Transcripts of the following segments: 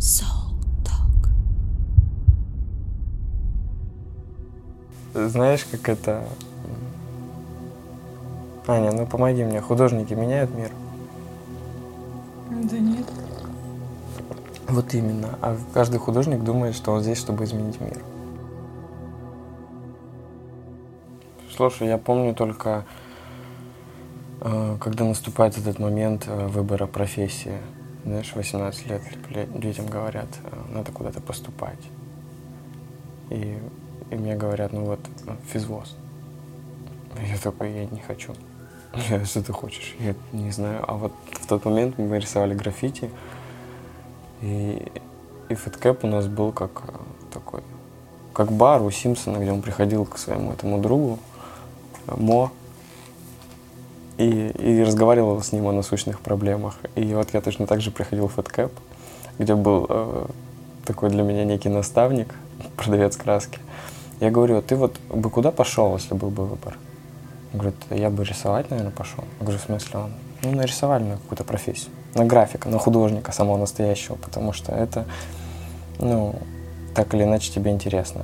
Soul Talk. Знаешь, как это... Аня, ну помоги мне, художники меняют мир? Да нет. Вот именно. А каждый художник думает, что он здесь, чтобы изменить мир. Слушай, я помню только, когда наступает этот момент выбора профессии. Знаешь, 18 лет детям говорят, надо куда-то поступать. И мне говорят, ну вот, физвоз. Я такой, я не хочу. Что ты хочешь? Я не знаю. А вот в тот момент мы рисовали граффити. И фэткэп у нас был как такой, как бар у Симпсона, где он приходил к своему этому другу, Мо, и разговаривал с ним о насущных проблемах. И вот я точно так же приходил в фэткэп, где был такой для меня некий наставник, продавец краски. Я говорю, ты вот бы куда пошел, если был бы выбор? Он говорит, я бы рисовать, наверное, пошел. Я говорю, в смысле он? Ну, на рисовальную какую-то профессию. На графика, на художника самого настоящего, потому что это, ну, так или иначе тебе интересно.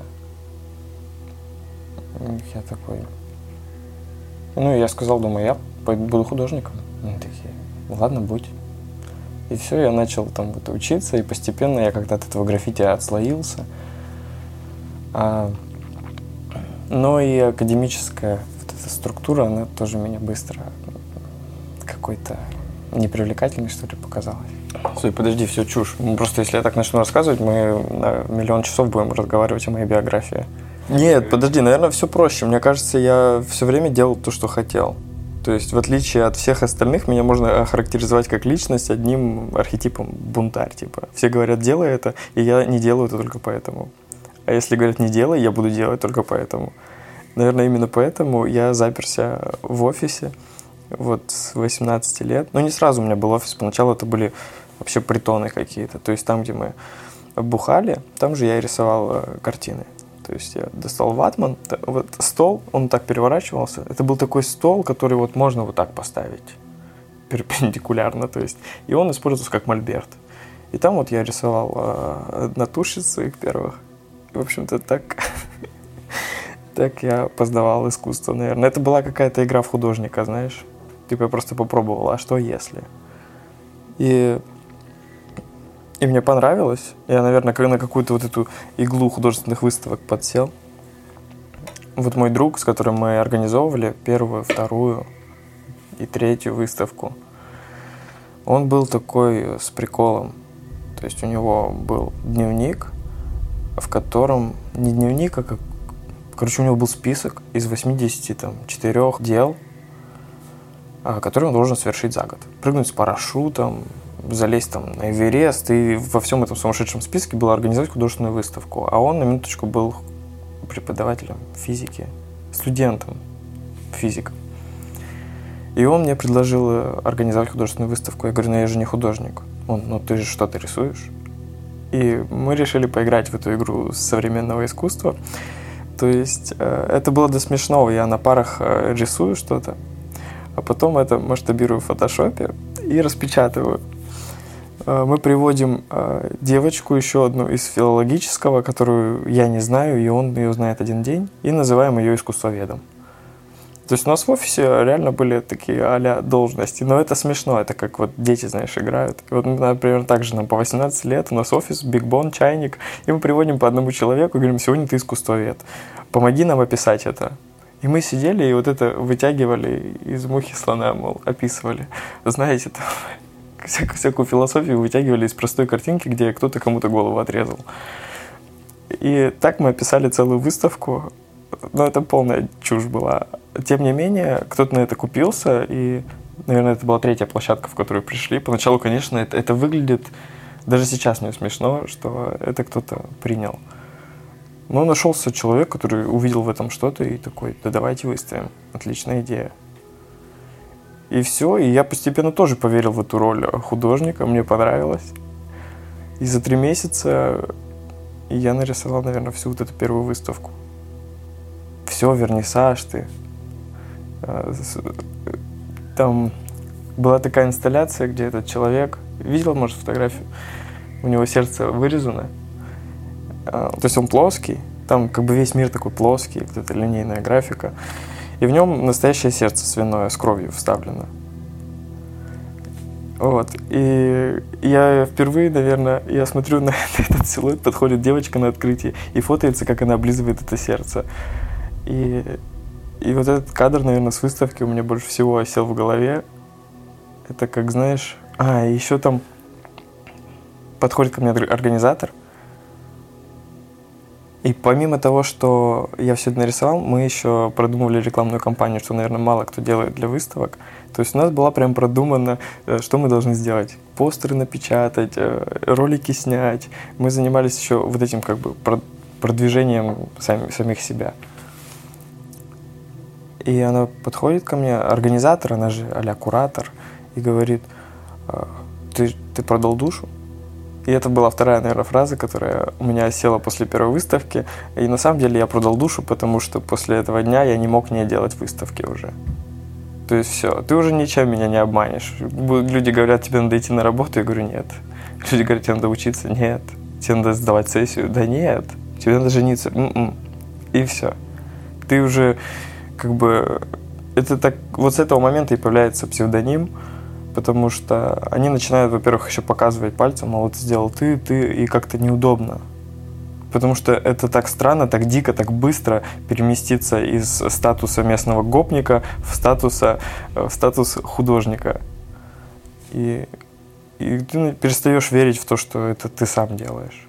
Я такой... Ну, я сказал, думаю, я буду художником. Они такие, ладно, будь. И все, я начал там вот учиться, и постепенно я когда-то от этого граффити отслоился. Но и академическая вот эта структура, она тоже меня быстро какой-то непривлекательной, что ли, показалась. Стой, подожди, все чушь. Просто если я так начну рассказывать, мы на миллион часов будем разговаривать о моей биографии. Нет, подожди, наверное, все проще. Мне кажется, я все время делал то, что хотел. То есть, в отличие от всех остальных, меня можно охарактеризовать как личность одним архетипом бунтарь, типа. Все говорят, делай это, и я не делаю это только поэтому. А если говорят, не делай, я буду делать только поэтому. Наверное, именно поэтому я заперся в офисе вот с 18 лет. Ну, не сразу у меня был офис, поначалу это были вообще притоны какие-то. То есть там, где мы бухали, там же я и рисовал картины. То есть я достал ватман, вот стол, он так переворачивался. Это был такой стол, который вот можно вот так поставить, перпендикулярно, то есть. И он использовался как мольберт. И там вот я рисовал однотушниц своих первых. И, в общем-то, так я познавал искусство, наверное. Это была какая-то игра в художника, знаешь. Типа я просто попробовал, а что если? И мне понравилось. Я, наверное, на какую-то вот эту иглу художественных выставок подсел. Вот мой друг, с которым мы организовывали первую, вторую и третью выставку, он был такой с приколом. То есть у него был дневник, в котором не дневник, а как... Короче, у него был список из 84 дел, которые он должен совершить за год. Прыгнуть с парашютом, залезть там на Эверест, и во всем этом сумасшедшем списке было организовать художественную выставку. А он на минуточку был преподавателем физики, студентом физика. И он мне предложил организовать художественную выставку. Я говорю, ну я же не художник. Он, ну ты же что-то рисуешь? И мы решили поиграть в эту игру современного искусства. То есть это было до смешного. Я на парах рисую что-то, а потом это масштабирую в фотошопе и распечатываю. Мы приводим девочку, еще одну из филологического, которую я не знаю, и он ее знает один день, и называем ее искусствоведом. То есть у нас в офисе реально были такие а-ля должности, но это смешно, это как вот дети, знаешь, играют. И вот, например, также нам по 18 лет, у нас офис, бигбон, чайник, и мы приводим по одному человеку и говорим, сегодня ты искусствовед, помоги нам описать это. И мы сидели и вот это вытягивали из мухи слона, мол, описывали. Знаете, там, всякую философию вытягивали из простой картинки, где кто-то кому-то голову отрезал. И так мы описали целую выставку, но это полная чушь была. Тем не менее, кто-то на это купился, и, наверное, это была третья площадка, в которую пришли. Поначалу, конечно, это выглядит, даже сейчас мне смешно, что это кто-то принял. Но нашелся человек, который увидел в этом что-то и такой, да давайте выставим, отличная идея. И все, и я постепенно тоже поверил в эту роль художника, мне понравилось. И за 3 месяца я нарисовал, наверное, всю вот эту первую выставку. Все, вернисаж, там была такая инсталляция, где этот человек, видел, может, фотографию, у него сердце вырезано. То есть он плоский, там как бы весь мир такой плоский, вот эта линейная графика. И в нем настоящее сердце свиное с кровью вставлено. Вот. И я впервые, наверное, я смотрю на этот силуэт, подходит девочка на открытии и фотается, как она облизывает это сердце. И вот этот кадр, наверное, с выставки у меня больше всего осел в голове. Это как, знаешь... и еще там подходит ко мне организатор. И помимо того, что я все это нарисовал, мы еще продумывали рекламную кампанию, что, наверное, мало кто делает для выставок. То есть у нас была прям продумано, что мы должны сделать. Постеры напечатать, ролики снять. Мы занимались еще вот этим как бы продвижением самих себя. И она подходит ко мне, организатор, она же а-ля куратор, и говорит: ты продал душу? И это была вторая, наверное, фраза, которая у меня осела после первой выставки. И на самом деле я продал душу, потому что после этого дня я не мог не делать выставки уже. То есть все, ты уже ничем меня не обманешь. Люди говорят, тебе надо идти на работу, я говорю, нет. Люди говорят, тебе надо учиться, нет. Тебе надо сдавать сессию, да нет. Тебе надо жениться, и все. Ты уже как бы... Это так... Вот с этого момента и появляется псевдоним, потому что они начинают, во-первых, еще показывать пальцем, мол, это сделал ты, и как-то неудобно. Потому что это так странно, так дико, так быстро переместиться из статуса местного гопника в статус художника. И ты перестаешь верить в то, что это ты сам делаешь.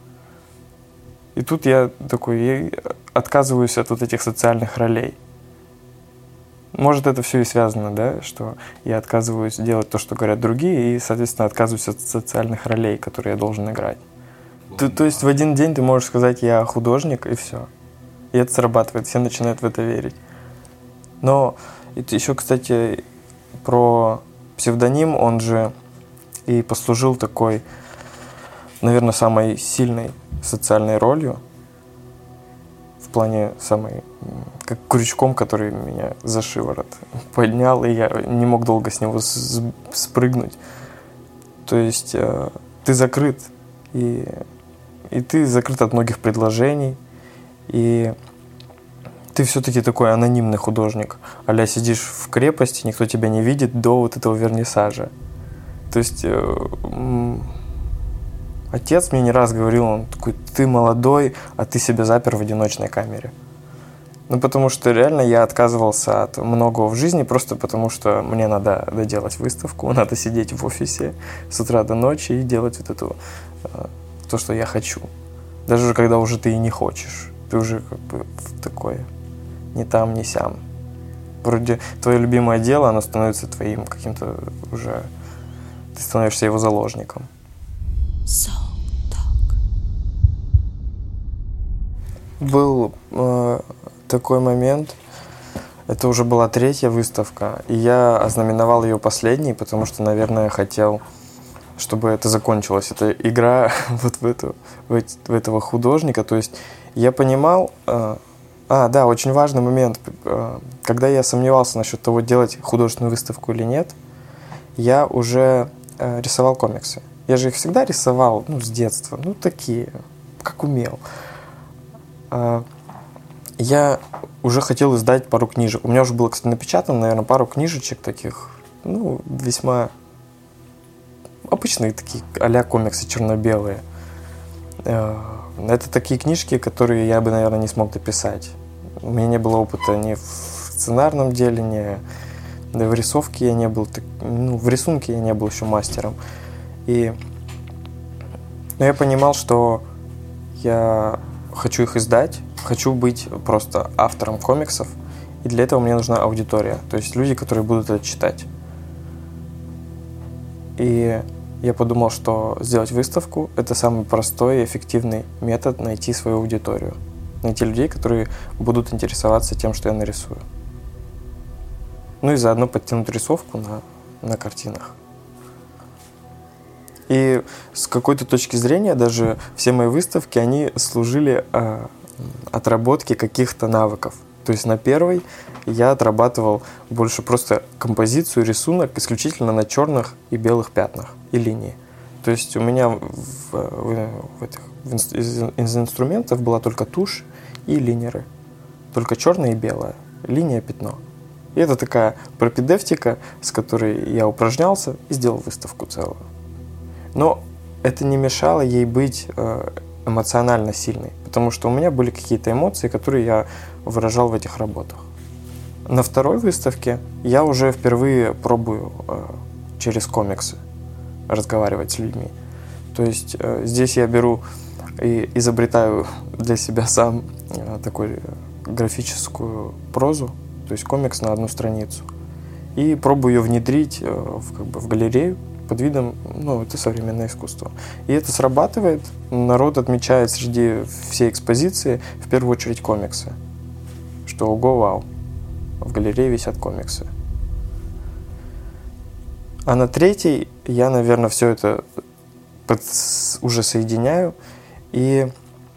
И тут я такой, отказываюсь от вот этих социальных ролей. Может, это все и связано, да, что я отказываюсь делать то, что говорят другие, и, соответственно, отказываюсь от социальных ролей, которые я должен играть. То есть в один день ты можешь сказать, я художник, и все. И это срабатывает, все начинают в это верить. Но это еще, кстати, про псевдоним, он же и послужил такой, наверное, самой сильной социальной ролью, в плане самой, как крючком, который меня за шиворот поднял, и я не мог долго с него спрыгнуть. То есть ты закрыт, и ты закрыт от многих предложений, и ты все-таки такой анонимный художник. А-ля сидишь в крепости, никто тебя не видит до вот этого вернисажа. То есть отец мне не раз говорил, он такой, ты молодой, а ты себя запер в одиночной камере. Ну, потому что реально я отказывался от многого в жизни, просто потому что мне надо доделать выставку, надо сидеть в офисе с утра до ночи и делать вот это, то, что я хочу. Даже когда уже ты и не хочешь. Ты уже как бы такое, ни там, ни сям. Вроде твое любимое дело, оно становится твоим каким-то уже... Ты становишься его заложником. Был такой момент, это уже была третья выставка, и я ознаменовал ее последней, потому что, наверное, хотел, чтобы это закончилось. Это игра вот в этого художника. То есть я понимал... да, очень важный момент. Когда я сомневался насчет того, делать художественную выставку или нет, я уже рисовал комиксы. Я же их всегда рисовал, с детства, такие, как умел. Я уже хотел издать пару книжек. У меня уже было, кстати, напечатано, наверное, пару книжечек таких, весьма обычные такие, а-ля комиксы черно-белые. Это такие книжки, которые я бы, наверное, не смог дописать. У меня не было опыта ни в сценарном деле, ни в рисовке я не был, в рисунке я не был еще мастером. Но я понимал, что я хочу их издать, хочу быть просто автором комиксов, и для этого мне нужна аудитория, то есть люди, которые будут это читать. И я подумал, что сделать выставку – это самый простой и эффективный метод найти свою аудиторию, найти людей, которые будут интересоваться тем, что я нарисую. И заодно подтянуть рисовку на картинах. И с какой-то точки зрения даже все мои выставки, они служили отработке каких-то навыков. То есть на первой я отрабатывал больше просто композицию, рисунок исключительно на черных и белых пятнах и линии. То есть у меня из инструментов была только тушь и линеры. Только черное и белое. Линия, пятно. И это такая пропедевтика, с которой я упражнялся и сделал выставку целую. Но это не мешало ей быть эмоционально сильной, потому что у меня были какие-то эмоции, которые я выражал в этих работах. На второй выставке я уже впервые пробую через комиксы разговаривать с людьми. То есть здесь я беру и изобретаю для себя сам такую графическую прозу, то есть комикс на одну страницу, и пробую ее внедрить в галерею под видом, это современное искусство. И это срабатывает, народ отмечает среди всей экспозиции в первую очередь комиксы, что ого-вау, в галерее висят комиксы. А на третьей я, наверное, все это уже соединяю и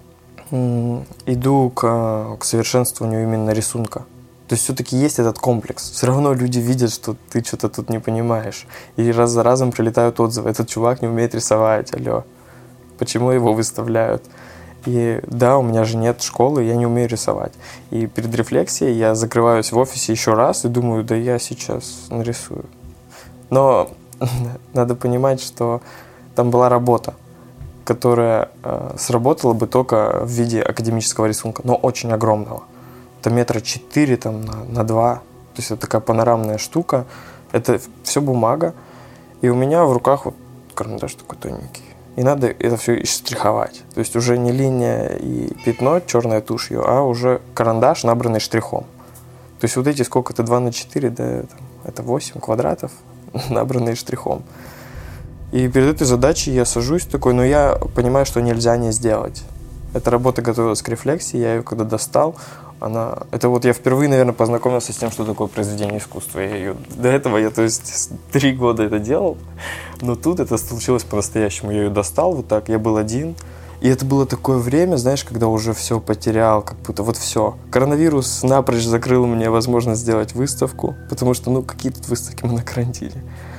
иду к совершенствованию именно рисунка. То есть все-таки есть этот комплекс. Все равно люди видят, что ты что-то тут не понимаешь. И раз за разом прилетают отзывы. Этот чувак не умеет рисовать, алло. Почему его выставляют? И да, у меня же нет школы, я не умею рисовать. И перед рефлексией я закрываюсь в офисе еще раз и думаю, да я сейчас нарисую. Но надо понимать, что там была работа, которая сработала бы только в виде академического рисунка, но очень огромного. Это 4 метра там, на 2. То есть это такая панорамная штука. Это все бумага. И у меня в руках вот карандаш такой тоненький. И надо это все штриховать. То есть уже не линия и пятно черной тушью, а уже карандаш, набранный штрихом. То есть вот эти сколько-то 2×4, да, это 8 квадратов, набранные штрихом. И перед этой задачей я сажусь такой, но я понимаю, что нельзя не сделать. Эта работа готовилась к рефлексии, я ее когда достал, это вот я впервые, наверное, познакомился с тем, что такое произведение искусства. До этого я, то есть, 3 года это делал, но тут это случилось по-настоящему. Я ее достал вот так, я был один, и это было такое время, знаешь, когда уже все потерял, как будто вот все. Коронавирус напрочь закрыл мне возможность сделать выставку, потому что, какие тут выставки мы на карантине.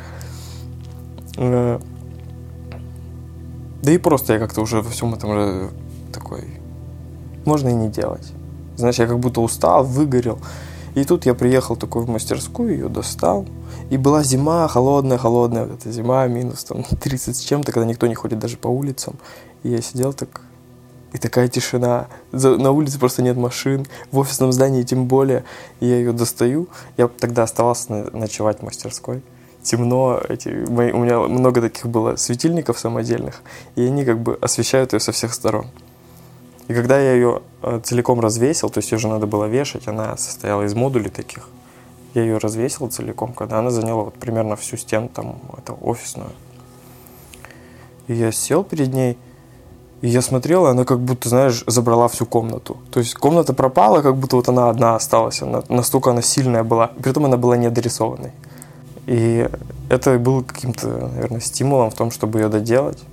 Да и просто я как-то уже во всем этом такой, можно и не делать. Знаешь, я как будто устал, выгорел. И тут я приехал такой в мастерскую, ее достал. И была зима, холодная, вот эта зима, минус 30 с чем-то, когда никто не ходит даже по улицам. И я сидел так, и такая тишина. На улице просто нет машин, в офисном здании тем более. И я ее достаю. Я тогда оставался ночевать в мастерской. Темно, у меня много таких было светильников самодельных, и они как бы освещают ее со всех сторон. И когда я ее целиком развесил, то есть ее же надо было вешать, она состояла из модулей таких, я ее развесил целиком, когда она заняла вот примерно всю стену там, офисную. И я сел перед ней, и я смотрел, и она как будто, знаешь, забрала всю комнату. То есть комната пропала, как будто вот она одна осталась, настолько она сильная была, и при этом она была недорисованной. И это было каким-то, наверное, стимулом в том, чтобы ее доделать.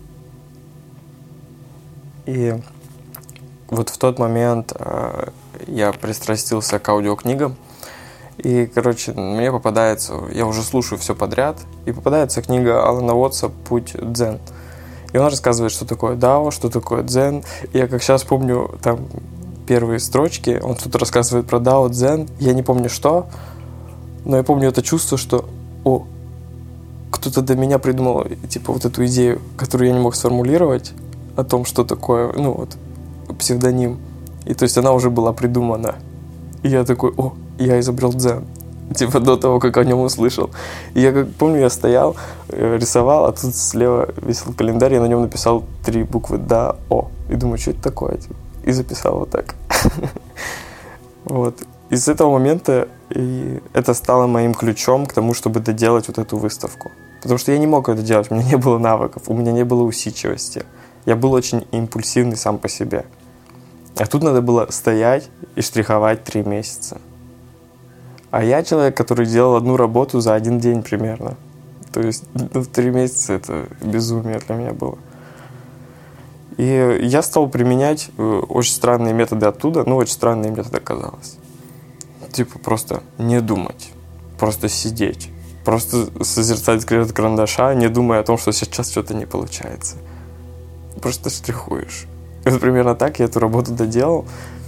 И вот в тот момент я пристрастился к аудиокнигам. И, мне попадается, я уже слушаю все подряд, и попадается книга Алана Уотса «Путь дзен». И он рассказывает, что такое дао, что такое дзен. И я как сейчас помню там первые строчки, он что-то рассказывает про дао, дзен. Я не помню что, но я помню это чувство, что кто-то до меня придумал, вот эту идею, которую я не мог сформулировать, о том, что такое, псевдоним. И то есть она уже была придумана. И я такой, я изобрел дзен. До того, как о нем услышал. И я помню, я стоял, рисовал, а тут слева висел календарь, я на нем написал 3 буквы ДАО. И думаю, что это такое? И записал вот так. Вот. И с этого момента это стало моим ключом к тому, чтобы доделать вот эту выставку. Потому что я не мог это делать, у меня не было навыков, у меня не было усидчивости. Я был очень импульсивный сам по себе. А тут надо было стоять и штриховать 3 месяца. А я человек, который делал одну работу за 1 день примерно. То есть 3 месяца это безумие для меня было. И я стал применять очень странные методы оттуда, очень странные методы оказалось. Просто не думать, просто сидеть просто созерцать скрежет карандаша, не думая о том, что сейчас что-то не получается. Просто штрихуешь. И вот примерно так я эту работу доделал.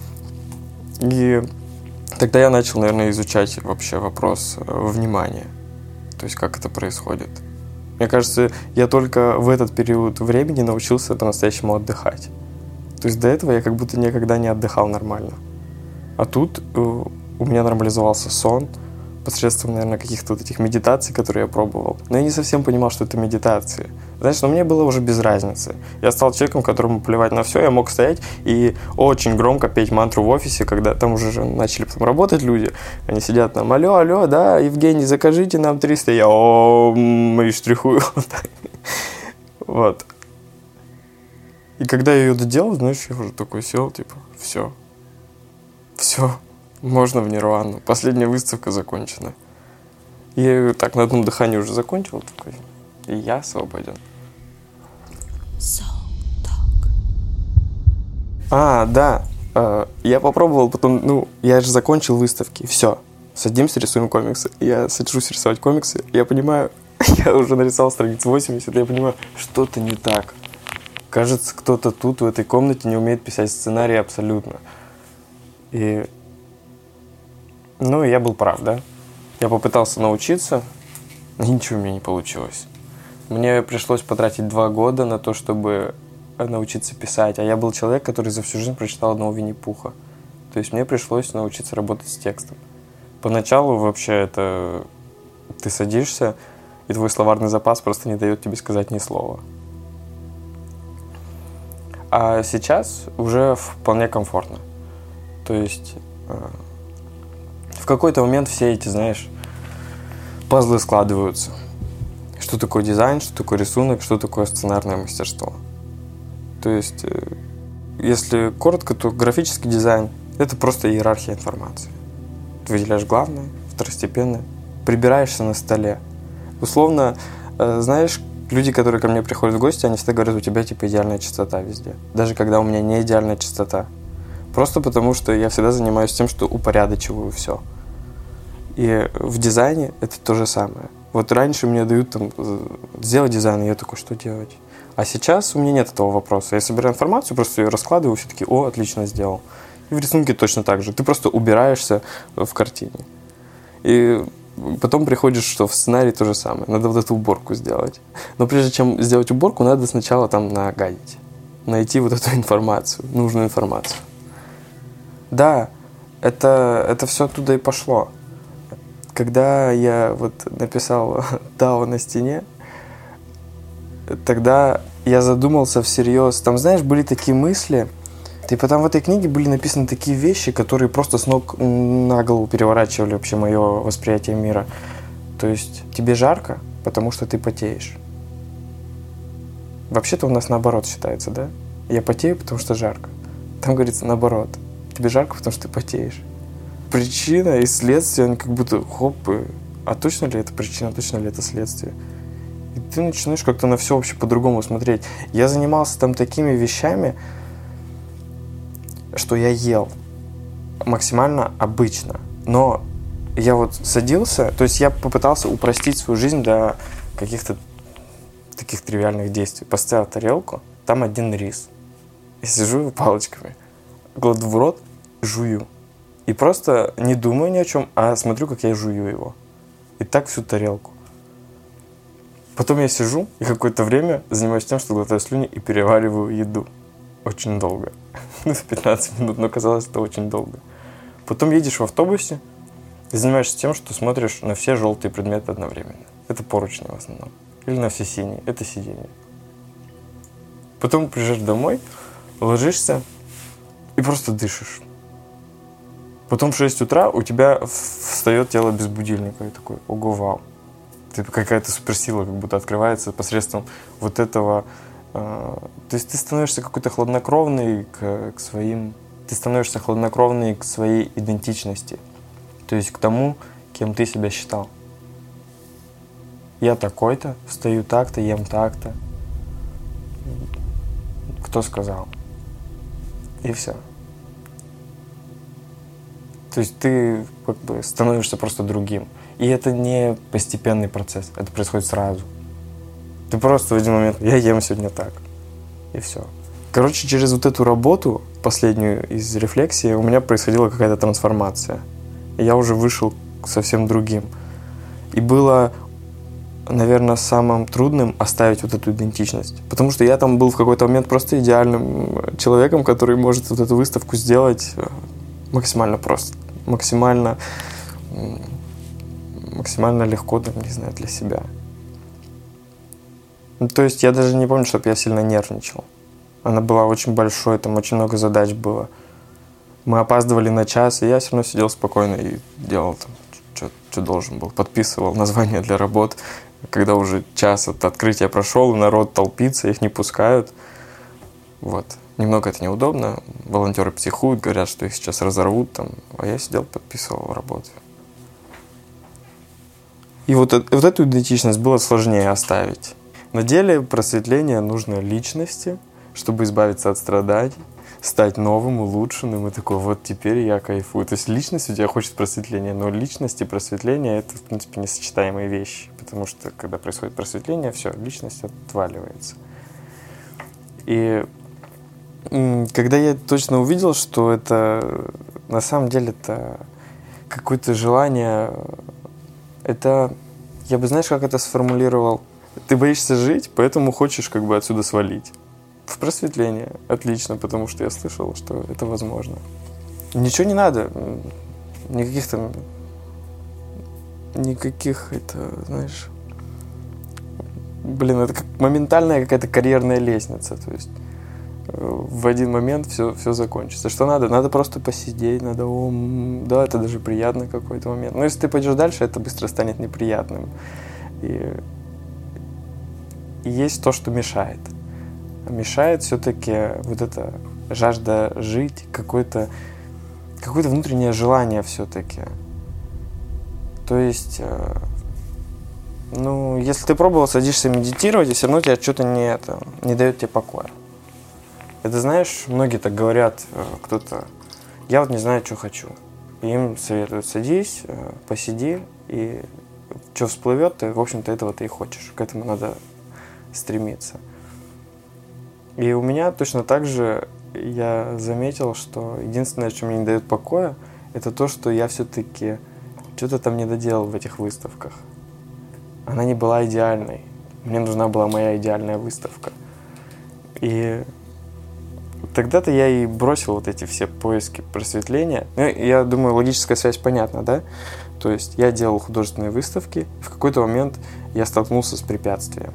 И тогда я начал, наверное, изучать вообще вопрос внимания. То есть, как это происходит. Мне кажется, я только в этот период времени научился по-настоящему отдыхать. То есть, до этого я как будто никогда не отдыхал нормально. А тут у меня нормализовался сон посредством, наверное, каких-то вот этих медитаций, которые я пробовал. Но я не совсем понимал, что это медитации. Знаешь, но мне было уже без разницы. Я стал человеком, которому плевать на все. Я мог стоять и очень громко петь мантру в офисе, когда там уже же начали потом работать люди. Они сидят там: алло, алло, да, Евгений, закажите нам 300. Я и штрихую. Вот. И когда я ее доделал, знаешь, я уже такой сел, типа, все, можно в нирвану. Последняя выставка закончена. Я ее так на одном дыхании уже закончил, такой, и я свободен. Да. Я попробовал потом, я же закончил выставки, все. Садимся, рисуем комиксы. Я сажусь рисовать комиксы, я понимаю, я уже нарисовал страниц 80, я понимаю, что-то не так. Кажется, кто-то тут, в этой комнате, не умеет писать сценарий абсолютно. И я был прав, да? Я попытался научиться, но ничего у меня не получилось. Мне пришлось потратить 2 года на то, чтобы научиться писать. А я был человек, который за всю жизнь прочитал одного Винни-Пуха. То есть мне пришлось научиться работать с текстом. Поначалу вообще это... Ты садишься, и твой словарный запас просто не дает тебе сказать ни слова. А сейчас уже вполне комфортно. То есть... В какой-то момент все эти, знаешь, пазлы складываются. Что такое дизайн, что такое рисунок, что такое сценарное мастерство. То есть, если коротко, то графический дизайн – это просто иерархия информации. Ты выделяешь главное, второстепенное, прибираешься на столе. Условно, знаешь, люди, которые ко мне приходят в гости, они всегда говорят: у тебя типа идеальная чистота везде. Даже когда у меня не идеальная чистота. Просто потому, что я всегда занимаюсь тем, что упорядочиваю все. И в дизайне это то же самое. Вот раньше мне дают там сделать дизайн, и я такой: что делать? А сейчас у меня нет этого вопроса. Я собираю информацию, просто ее раскладываю, все таки: о, отлично сделал. И в рисунке точно так же. Ты просто убираешься в картине. И потом приходишь, что в сценарии то же самое. Надо вот эту уборку сделать. Но прежде чем сделать уборку, надо сначала там нагадить. Найти вот эту информацию, нужную информацию. Да, это все оттуда и пошло. Когда я вот написал «Дао» на стене, тогда я задумался всерьез. Там, знаешь, были такие мысли, и потом в этой книге были написаны такие вещи, которые просто с ног на голову переворачивали вообще мое восприятие мира. То есть тебе жарко, потому что ты потеешь. Вообще-то у нас наоборот считается, да? Я потею, потому что жарко. Там говорится наоборот. Тебе жарко, потому что ты потеешь. Причина и следствие, они как будто хоп, а точно ли это причина, точно ли это следствие? И ты начинаешь как-то на все вообще по-другому смотреть. Я занимался там такими вещами, что я ел максимально обычно. Но я вот садился, то есть я попытался упростить свою жизнь до каких-то таких тривиальных действий. Поставил тарелку, там один рис. Я сижу его палочками, кладу в рот, жую. И просто не думаю ни о чем, а смотрю, как я жую его. И так всю тарелку. Потом я сижу и какое-то время занимаюсь тем, что глотаю слюни и перевариваю еду. Очень долго. 15 минут, но казалось, это очень долго. Потом едешь в автобусе и занимаешься тем, что смотришь на все желтые предметы одновременно. Это поручни в основном. Или на все синие. Это сиденье. Потом приезжаешь домой, ложишься и просто дышишь. Потом в 6 утра у тебя встает тело без будильника. И такой: ого, вау. Какая-то суперсила как будто открывается посредством вот этого. То есть ты становишься какой-то хладнокровный к своим... Ты становишься хладнокровный к своей идентичности. То есть к тому, кем ты себя считал. Я такой-то, встаю так-то, ем так-то. Кто сказал? И все. То есть ты как бы становишься просто другим. И это не постепенный процесс, это происходит сразу. Ты просто в один момент, я ем сегодня так, и все. Короче, через вот эту работу, последнюю из рефлексии, у меня происходила какая-то трансформация. И я уже вышел к совсем другим. И было, наверное, самым трудным оставить вот эту идентичность. Потому что я там был в какой-то момент просто идеальным человеком, который может вот эту выставку сделать максимально просто, максимально легко, там, не знаю, для себя. Ну, то есть я даже не помню, чтобы я сильно нервничал. Она была очень большой, там очень много задач было. Мы опаздывали на час, и я все равно сидел спокойно и делал там, что должен был. Подписывал названия для работ. Когда уже час от открытия прошел, народ толпится, их не пускают. Вот. Немного это неудобно. Волонтеры психуют, говорят, что их сейчас разорвут. Там. А я сидел, подписывал работы. И вот эту идентичность было сложнее оставить. На деле просветление нужно личности, чтобы избавиться от страданий, стать новым, улучшенным, и такой, вот теперь я кайфую. То есть личность у тебя хочет просветления, но личность и просветление — это, в принципе, несочетаемые вещи, потому что, когда происходит просветление, все, личность отваливается. И когда я точно увидел, что это, на самом деле, это какое-то желание, это, я бы, знаешь, как это сформулировал? Ты боишься жить, поэтому хочешь как бы отсюда свалить. В просветление. Отлично, потому что я слышал, что это возможно. Ничего не надо. Никаких, это, знаешь... Блин, это как моментальная какая-то карьерная лестница. То есть в один момент все закончится. Что надо? Надо просто посидеть, надо... Да, это даже приятный какой-то момент. Но если ты пойдешь дальше, это быстро станет неприятным. И есть то, что мешает. Мешает все-таки вот эта жажда жить, какое-то внутреннее желание все-таки. То есть, если ты пробовал, садишься медитировать, и все равно тебя что-то не дает тебе покоя. Это, знаешь, многие так говорят, кто-то, я вот не знаю, что хочу. И им советуют, садись, посиди, и что всплывет, ты, в общем-то, этого ты и хочешь. К этому надо стремиться. И у меня точно так же я заметил, что единственное, что мне не дает покоя, это то, что я все-таки что-то там не доделал в этих выставках. Она не была идеальной. Мне нужна была моя идеальная выставка. И тогда-то я и бросил вот эти все поиски просветления. Я думаю, логическая связь понятна, да? То есть я делал художественные выставки, и в какой-то момент я столкнулся с препятствием.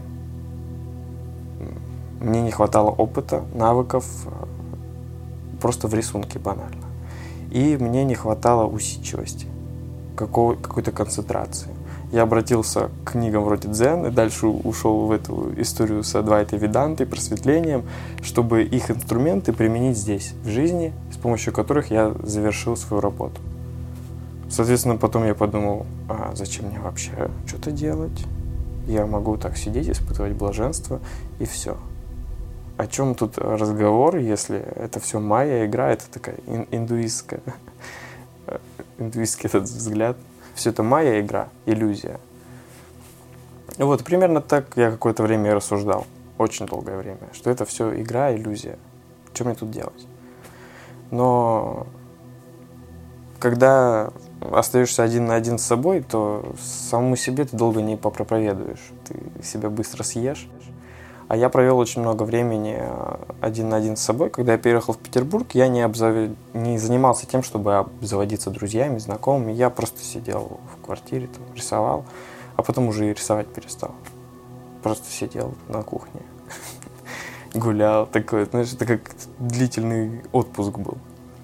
Мне не хватало опыта, навыков, просто в рисунке банально. И мне не хватало усидчивости, какой-то концентрации. Я обратился к книгам вроде Дзен и дальше ушел в эту историю с Адвайтой Ведантой, просветлением, чтобы их инструменты применить здесь, в жизни, с помощью которых я завершил свою работу. Соответственно, потом я подумал, зачем мне вообще что-то делать? Я могу так сидеть, испытывать блаженство, и все. О чем тут разговор, если это все майя игра, это такая индуистский этот взгляд. Все это майя игра, иллюзия. Вот, примерно так я какое-то время и рассуждал, очень долгое время, что это все игра, иллюзия. Что мне тут делать? Но когда остаешься один на один с собой, то самому себе ты долго не попроповедуешь, ты себя быстро съешь. А я провел очень много времени один на один с собой. Когда я переехал в Петербург, я не занимался тем, чтобы обзаводиться друзьями, знакомыми. Я просто сидел в квартире, там, рисовал, а потом уже и рисовать перестал. Просто сидел на кухне, гулял. Такой, знаешь, это как длительный отпуск был.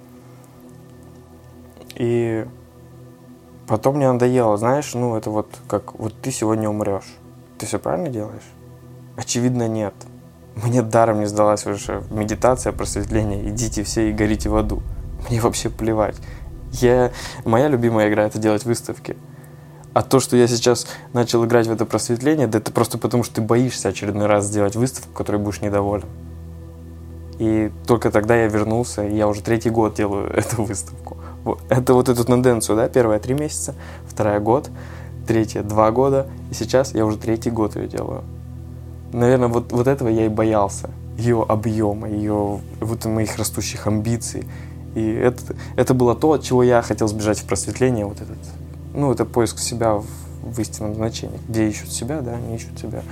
И потом мне надоело, знаешь, это вот как вот ты сегодня умрешь. Ты все правильно делаешь? Очевидно, нет. Мне даром не сдалась уже медитация, просветление. Идите все и горите в аду. Мне вообще плевать. Моя любимая игра — это делать выставки. А то, что я сейчас начал играть в это просветление, да это просто потому, что ты боишься очередной раз сделать выставку, которой будешь недоволен. И только тогда я вернулся, и я уже 3-й год делаю эту выставку. Это вот эту тенденцию, да, первые 3 месяца, 2-й год. третья 2 года, и сейчас я уже 3-й год ее делаю. Наверное, вот этого я и боялся. Ее объема, ее вот моих растущих амбиций. И это было то, от чего я хотел сбежать в просветление. Вот этот, это поиск себя в истинном значении. Где ищут себя, да, они ищут себя.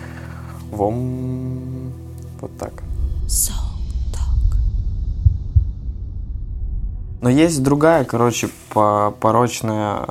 Вот так. Но есть другая, порочное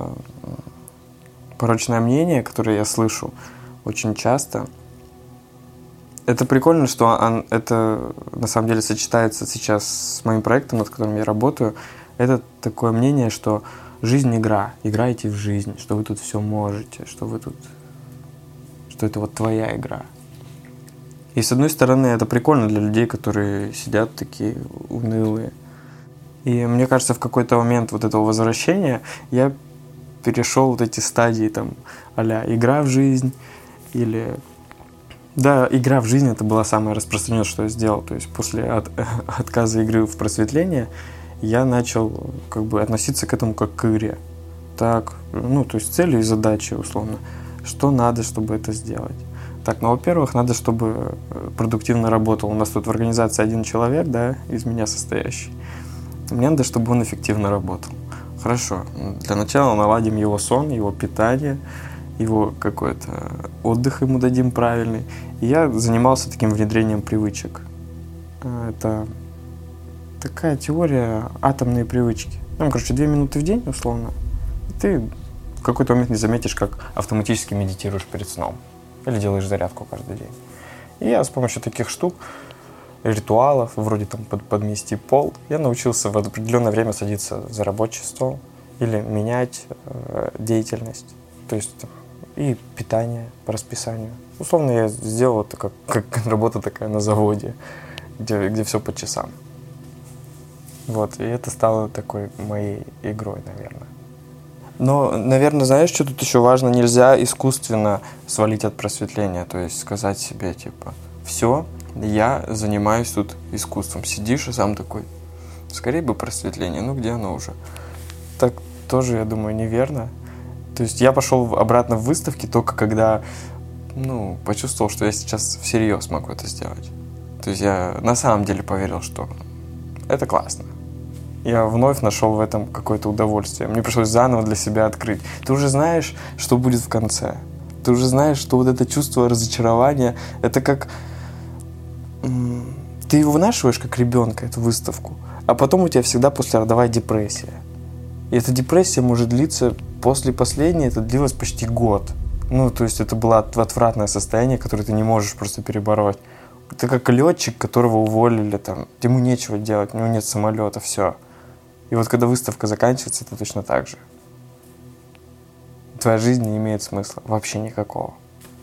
мнение, которое я слышу очень часто. Это прикольно, что это на самом деле сочетается сейчас с моим проектом, над которым я работаю. Это такое мнение, что жизнь — игра. Играйте в жизнь, что вы тут все можете, что это вот твоя игра. И с одной стороны, это прикольно для людей, которые сидят такие унылые. И мне кажется, в какой-то момент вот этого возвращения я перешел вот эти стадии, там, а-ля игра в жизнь или... Да, игра в жизнь — это была самое распространенное, что я сделал. То есть после отказа игры в просветление я начал относиться к этому как к игре. Так, то есть цели и задачи, условно. Что надо, чтобы это сделать? Так, во-первых, надо, чтобы продуктивно работал. У нас тут в организации 1 человек, да, из меня состоящий. Мне надо, чтобы он эффективно работал. Хорошо. Для начала наладим его сон, его питание, его какой-то отдых ему дадим правильный. И я занимался таким внедрением привычек. Это такая теория атомные привычки. 2 минуты в день, условно. И ты в какой-то момент не заметишь, как автоматически медитируешь перед сном. Или делаешь зарядку каждый день. И я с помощью таких штук, ритуалов, вроде там подмести пол, я научился в определенное время садиться за рабочий стол или менять деятельность. То есть и питание по расписанию. Условно я сделал это как работа такая на заводе, где все по часам. И это стало такой моей игрой, наверное. Но, наверное, знаешь, что тут еще важно? Нельзя искусственно свалить от просветления. То есть сказать себе, все, я занимаюсь тут искусством. Сидишь и сам такой, скорее бы просветление, где оно уже? Так тоже, я думаю, неверно. То есть я пошел обратно в выставки только когда, почувствовал, что я сейчас всерьез могу это сделать. То есть я на самом деле поверил, что это классно. Я вновь нашел в этом какое-то удовольствие. Мне пришлось заново для себя открыть. Ты уже знаешь, что будет в конце. Ты уже знаешь, что вот это чувство разочарования, это как... Ты его вынашиваешь, как ребенка, эту выставку, а потом у тебя всегда послеродовая депрессия. И эта депрессия может длиться, после последней это длилось почти год. То есть это было отвратное состояние, которое ты не можешь просто перебороть. Это как летчик, которого уволили, ему нечего делать, у него нет самолета, все. И вот когда выставка заканчивается, это точно так же. Твоя жизнь не имеет смысла, вообще никакого.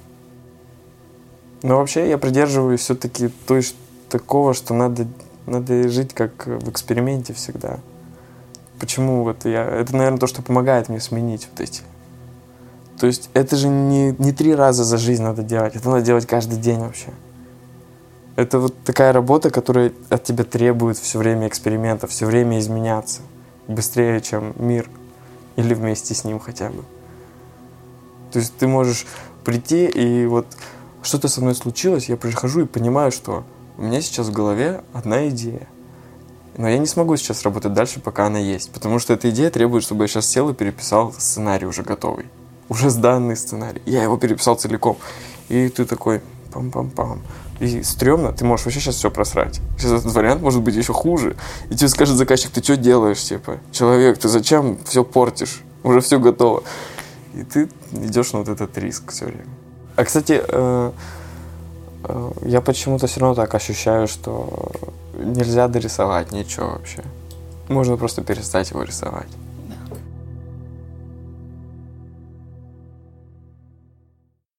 Но вообще я придерживаюсь все-таки такого, что надо жить как в эксперименте всегда. Почему это, наверное, то, что помогает мне сменить вот эти. То есть это же не 3 раза за жизнь надо делать, это надо делать каждый день вообще. Это вот такая работа, которая от тебя требует все время эксперимента, все время изменяться. Быстрее, чем мир. Или вместе с ним хотя бы. То есть ты можешь прийти и что-то со мной случилось, я прихожу и понимаю, что у меня сейчас в голове одна идея. Но я не смогу сейчас работать дальше, пока она есть. Потому что эта идея требует, чтобы я сейчас сел и переписал сценарий уже готовый. Уже сданный сценарий. Я его переписал целиком. И ты такой пам-пам-пам. И стрёмно, ты можешь вообще сейчас все просрать. Сейчас этот вариант может быть еще хуже. И тебе скажет заказчик, ты что делаешь, человек, ты зачем все портишь? Уже все готово. И ты идешь на этот риск все время. А, кстати, я почему-то все равно так ощущаю, что нельзя дорисовать ничего вообще. Можно просто перестать его рисовать.